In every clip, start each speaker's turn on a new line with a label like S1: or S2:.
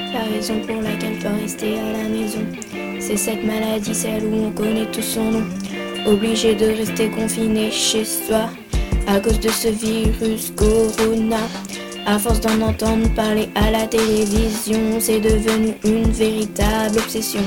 S1: La raison pour laquelle faut rester à la maison, c'est cette maladie, celle où on connaît tout son nom. Obligé de rester confiné chez soi à cause de ce virus Corona. À force d'en entendre parler à la télévision, c'est devenu une véritable obsession.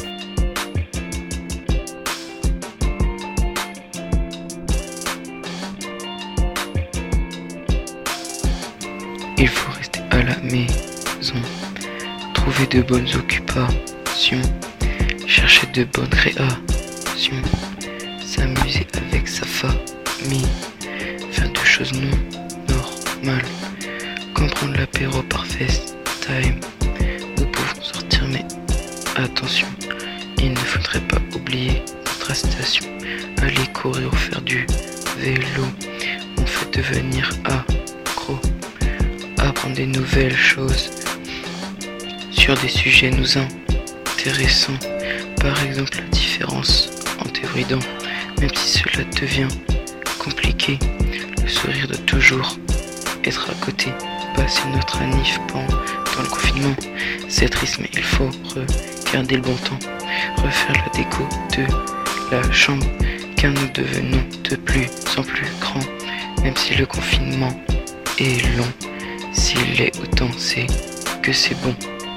S2: Il faut rester à la maison, trouver de bonnes occupations, chercher de bonnes créations, s'amuser avec sa famille, faire des choses non normales, comme prendre l'apéro par FaceTime. Nous pouvons sortir, mais attention, il ne faudrait pas oublier notre station. Aller courir ou faire du vélo, on fait devenir accro. Apprendre des nouvelles choses sur des sujets nous intéressants. Par exemple, la différence entre et bridant, même si cela devient compliqué. Le sourire doit toujours être à côté. Passer notre anniv pendant le confinement, c'est triste, mais il faut regarder le bon temps. Refaire la déco de la chambre, car nous devenons de plus en plus grands. Même si le confinement est long, s'il est autant, c'est que c'est bon.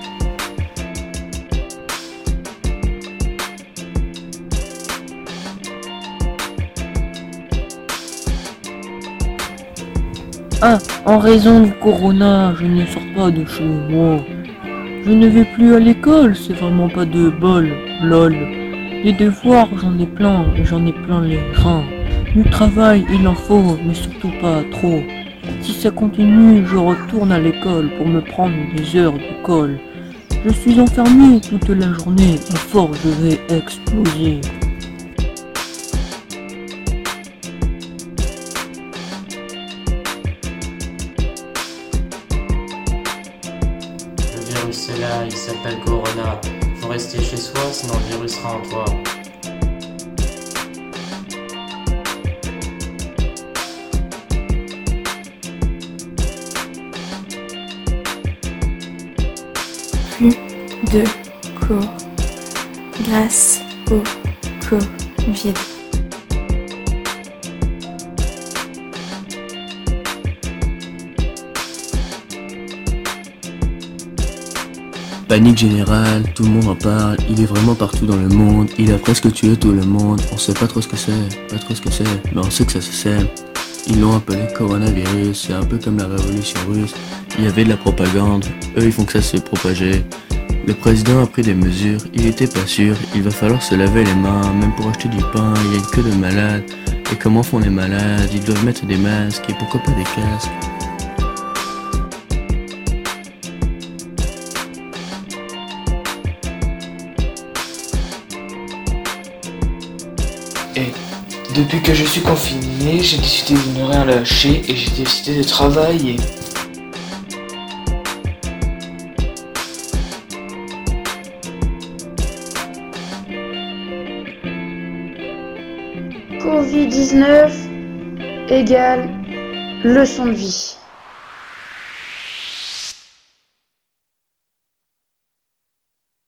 S3: Ah, en raison du corona, je ne sors pas de chez moi. Je ne vais plus à l'école, c'est vraiment pas de bol, lol. Les devoirs, j'en ai plein, et j'en ai plein les reins. Du travail, il en faut, mais surtout pas trop. Si ça continue, je retourne à l'école pour me prendre des heures de colle. Je suis enfermé toute la journée, à force je vais exploser.
S4: Le virus est là, il s'appelle Corona. Faut rester chez soi, sinon le virus sera en toi.
S1: Plus de cours grâce au Covid.
S5: Panique générale, tout le monde en parle, il est vraiment partout dans le monde, il a presque tué tout le monde, on sait pas trop ce que c'est, mais on sait que ça se sème. Ils l'ont appelé coronavirus, c'est un peu comme la révolution russe, il y avait de la propagande, eux ils font que ça se propager. Le président a pris des mesures, il était pas sûr, il va falloir se laver les mains, même pour acheter du pain, il y a une queue de malades. Et comment font les malades? Ils doivent mettre des masques, et pourquoi pas des casques?
S6: Et depuis que je suis confiné, j'ai décidé de ne rien lâcher et j'ai décidé de travailler.
S7: Covid-19 égale leçon de vie.